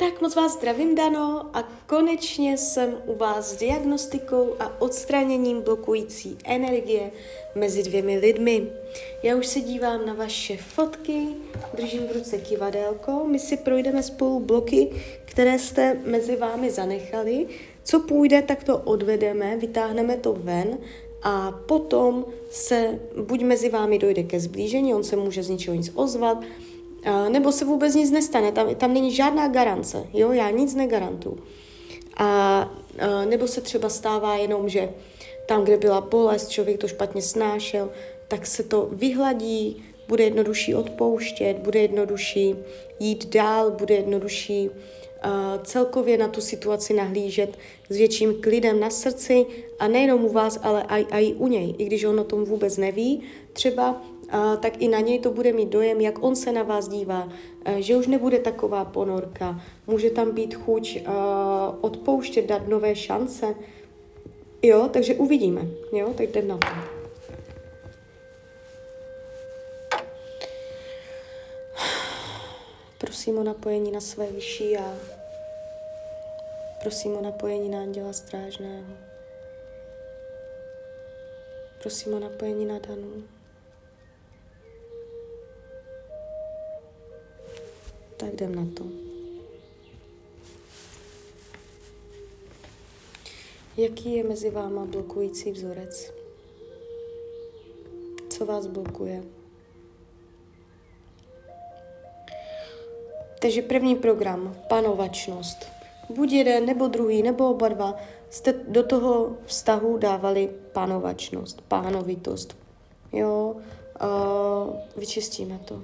Tak moc vás zdravím, Dano, a konečně jsem u vás s diagnostikou a odstraněním blokující energie mezi dvěmi lidmi. Já už se dívám na vaše fotky, držím v ruce kivadélko, my si projdeme spolu bloky, které jste mezi vámi zanechali. Co půjde, tak to odvedeme, vytáhneme to ven a potom se buď mezi vámi dojde ke zblížení, on se může z ničeho nic ozvat, nebo se vůbec nic nestane, tam není žádná garance, jo, já nic negarantuju. Nebo se třeba stává jenom, že tam, kde byla bolest, člověk to špatně snášel, tak se to vyhladí, bude jednodušší odpouštět, bude jednodušší jít dál, bude jednodušší celkově na tu situaci nahlížet s větším klidem na srdci a nejenom u vás, ale i u něj. I když on o tom vůbec neví, třeba tak i na něj to bude mít dojem, jak on se na vás dívá, že už nebude taková ponorka, může tam být chuť odpouštět, dát nové šance. Jo, takže uvidíme. Jo, tak jdem na to. Prosím o napojení na své vyšší já. Prosím o napojení na anděla strážného. Prosím o napojení na Danu. Tak jdem na to. Jaký je mezi váma blokující vzorec? Co vás blokuje? Takže první program, panovačnost. Buď jeden, nebo druhý, nebo oba dva jste do toho vztahu dávali panovačnost, pánovitost. Jo, vyčistíme to.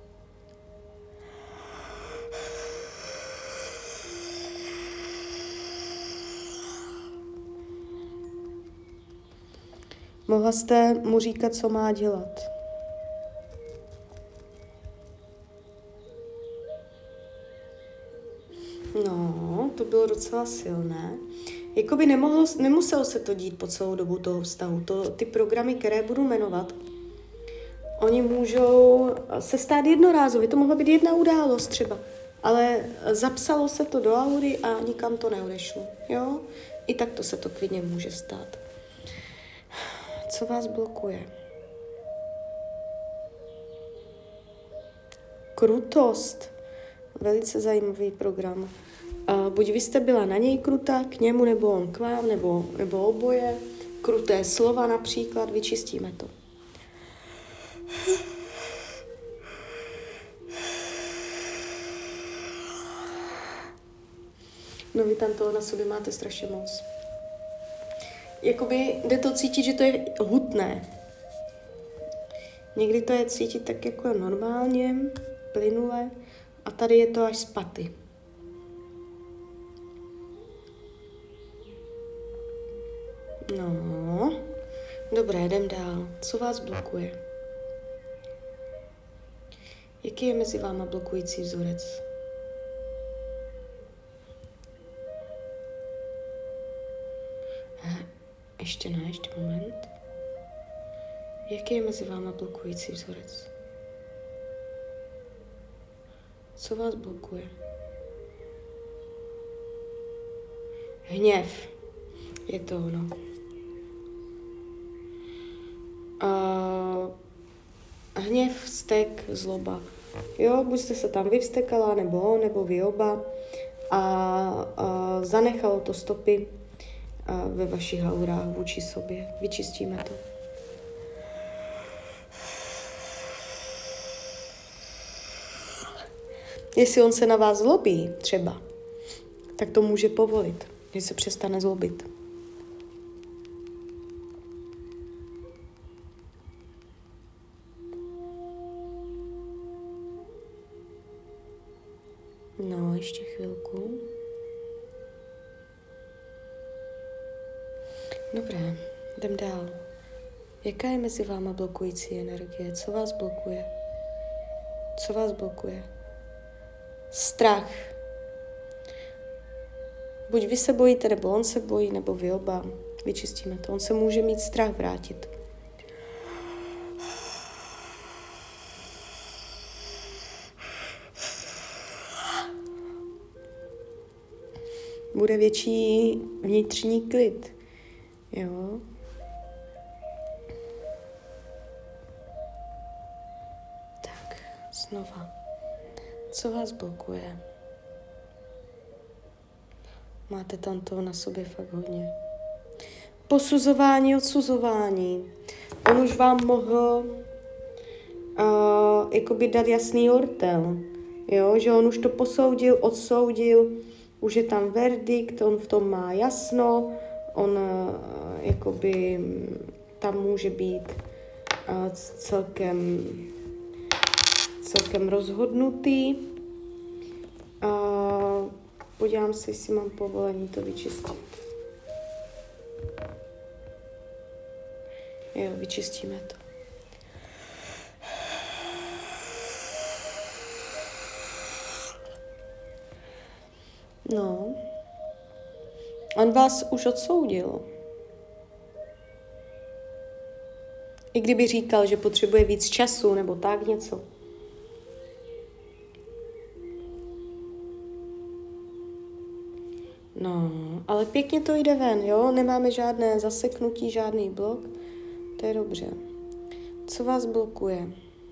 Mohla jste mu říkat, co má dělat. No, to bylo docela silné. Jakoby nemuselo se to dít po celou dobu toho vztahu. Ty programy, které budu jmenovat, oni můžou se stát jednorázově. To mohla být jedna událost třeba. Ale zapsalo se to do aury a nikam to neodešlo. Jo? I tak to se to klidně může stát. Co vás blokuje? Krutost. Velice zajímavý program. Buď vy jste byla na něj krutá, k němu, nebo on k vám, nebo oboje. Kruté slova například, vyčistíme to. No vy tam toho na sobě máte strašně moc. Jakoby jde to cítit, že to je hutné. Někdy to je cítit tak jako normálně, plynule, a tady je to až z paty. No, dobré, jdem dál. Co vás blokuje? Jaký je mezi váma blokující vzorec? Ještě moment. Jaký je mezi váma blokující vzorec? Co vás blokuje? Hněv. Je to ono. Hněv, vztek, zloba. Jo, buď jste se tam vyvstekala, nebo on, nebo vy oba. A zanechalo to stopy ve vašich aurách vůči sobě. Vyčistíme to. Jestli on se na vás zlobí třeba, tak to může povolit, že se přestane zlobit. No, ještě chvilku. Dobré, jdem dál. Jaká je mezi váma blokující energie? Co vás blokuje? Co vás blokuje? Strach. Buď vy se bojíte, nebo on se bojí, nebo vy oba. Vyčistíme to. On se může mít strach vrátit. Bude větší vnitřní klid. Jo. Tak, znova. Co vás blokuje? Máte tam toho na sobě fakt hodně. Posuzování, odsuzování. On už vám mohl jakoby dát jasný ortel. Jo? Že on už to posoudil, odsoudil, už je tam verdikt, on v tom má jasno, on jakoby tam může být celkem rozhodnutý. Podívám se, jestli mám povolení to vyčistit. Jo, vyčistíme to. No. On vás už odsoudil. I kdyby říkal, že potřebuje víc času, nebo tak něco. No, ale pěkně to jde ven, jo? Nemáme žádné zaseknutí, žádný blok. To je dobře. Co vás blokuje?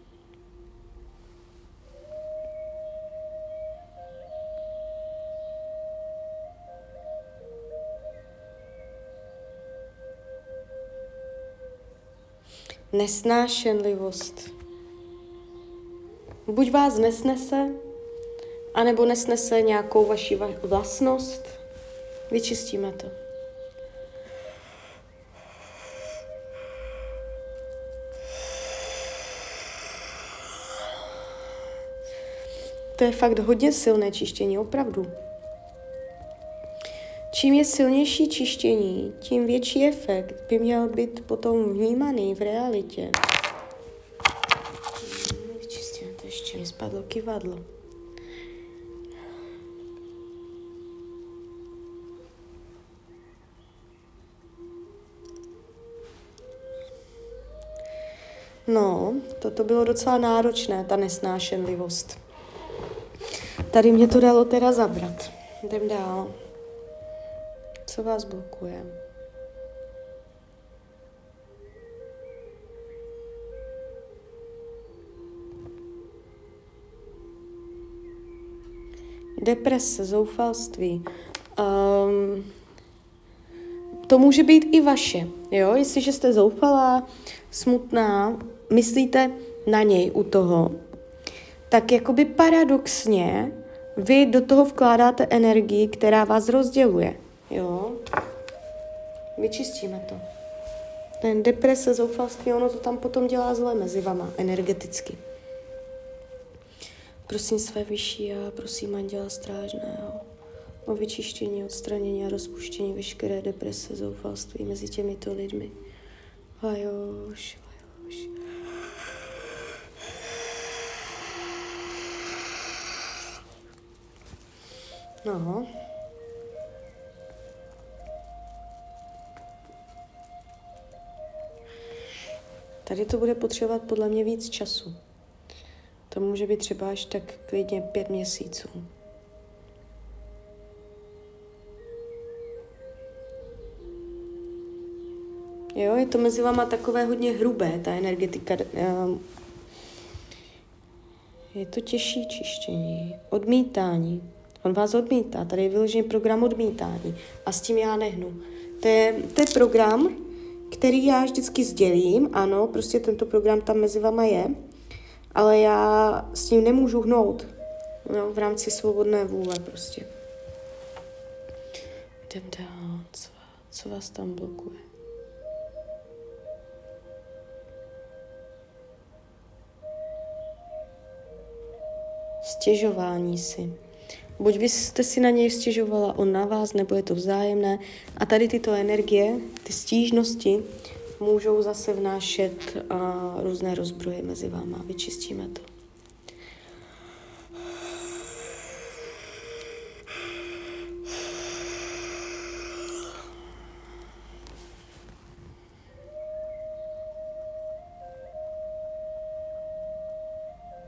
Nesnášenlivost. Buď vás nesnese, anebo nesnese nějakou vaši vlastnost. Vyčistíme to. To je fakt hodně silné čištění, opravdu. Čím je silnější čištění, tím větší efekt by měl být potom vnímaný v realitě. Vyčistíme to, ještě mi spadlo kyvadlo. No, toto bylo docela náročné, ta nesnášenlivost. Tady mě to dalo teda zabrat. Jdem dál. Co vás blokuje? Deprese, zoufalství. To může být i vaše. Jo? Jestliže jste zoufalá, smutná, myslíte na něj u toho, tak jakoby paradoxně vy do toho vkládáte energii, která vás rozděluje. Jo? Vyčistíme to. Ten deprese, zoufalství, ono to tam potom dělá zle mezi vama, energeticky. Prosím své vyšší a prosím anděla strážného o vyčištění, odstranění a rozpuštění veškeré deprese, zoufalství mezi těmito lidmi. Vajoš, vajoš. No. Tady to bude potřebovat podle mě víc času. To může být třeba až tak klidně 5 měsíců. Jo, je to mezi váma takové hodně hrubé, ta energetika. Je to těžší čištění, odmítání. On vás odmítá, tady je vyložený program odmítání a s tím já nehnu. To je program, který já vždycky sdělím, ano, prostě tento program tam mezi váma je, ale já s ním nemůžu hnout, no, v rámci svobodné vůle prostě. Jdem dál, co vás tam blokuje? Stěžování si. Buď byste si na něj stěžovala, on na vás, nebo je to vzájemné. A tady tyto energie, ty stížnosti, můžou zase vnášet různé rozbroje mezi váma. Vyčistíme to.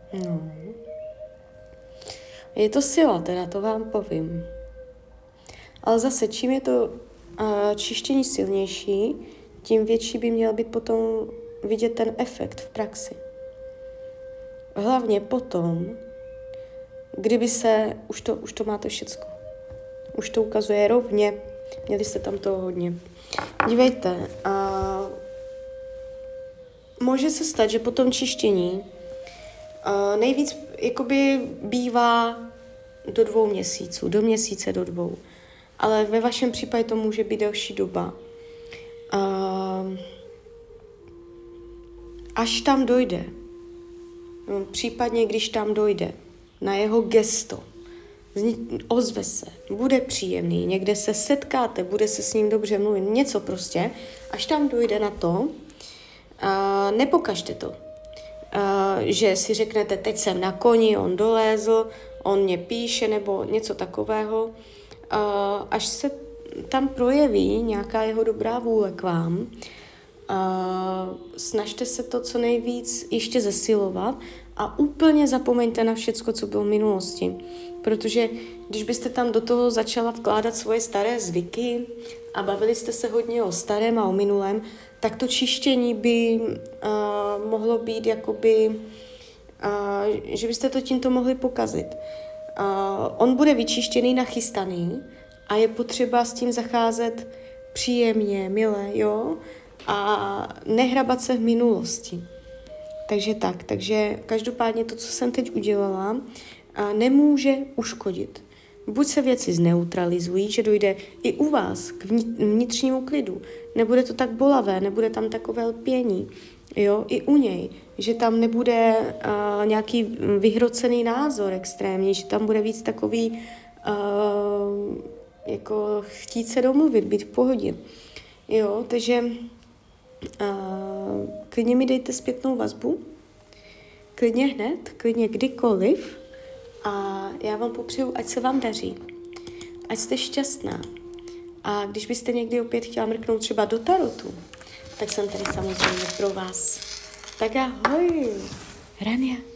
No. Je to sila, teda to vám povím. Ale zase, čím je to čištění silnější, tím větší by měl být potom vidět ten efekt v praxi. Hlavně potom, kdyby se, už to máte všecko. Už to ukazuje rovně, měli jste tam toho hodně. Dívejte, může se stát, že po tom čištění nejvíc jakoby bývá do 2 měsíců, do měsíce do 2. Ale ve vašem případě to může být delší doba. Až tam dojde, případně když tam dojde, na jeho gesto, ozve se, bude příjemný, někde se setkáte, bude se s ním dobře mluvit, něco prostě, až tam dojde na to, nepokažte to. Že si řeknete, teď jsem na koni, on dolézl, on mě píše nebo něco takového, až se tam projeví nějaká jeho dobrá vůle k vám, snažte se to co nejvíc ještě zesilovat a úplně zapomeňte na všecko, co bylo v minulosti. Protože když byste tam do toho začala vkládat svoje staré zvyky a bavili jste se hodně o starém a o minulém, tak to čištění by mohlo být jakoby, že byste to tímto mohli pokazit. On bude vyčištěný, nachystaný a je potřeba s tím zacházet příjemně, milé, jo? A nehrabat se v minulosti. Takže každopádně to, co jsem teď udělala, nemůže uškodit. Buď se věci zneutralizují, že dojde i u vás k vnitřnímu klidu, nebude to tak bolavé, nebude tam takové lpění, jo, i u něj, že tam nebude nějaký vyhrocený názor extrémní, že tam bude víc takový jako chtít se domluvit, být v pohodě. Jo, takže klidně mi dejte zpětnou vazbu, klidně hned, klidně kdykoliv a já vám popřeju, ať se vám daří, ať jste šťastná. A když byste někdy opět chtěla mrknout třeba do tarotu, tak jsem tady samozřejmě pro vás. Tak ahoj, Rania.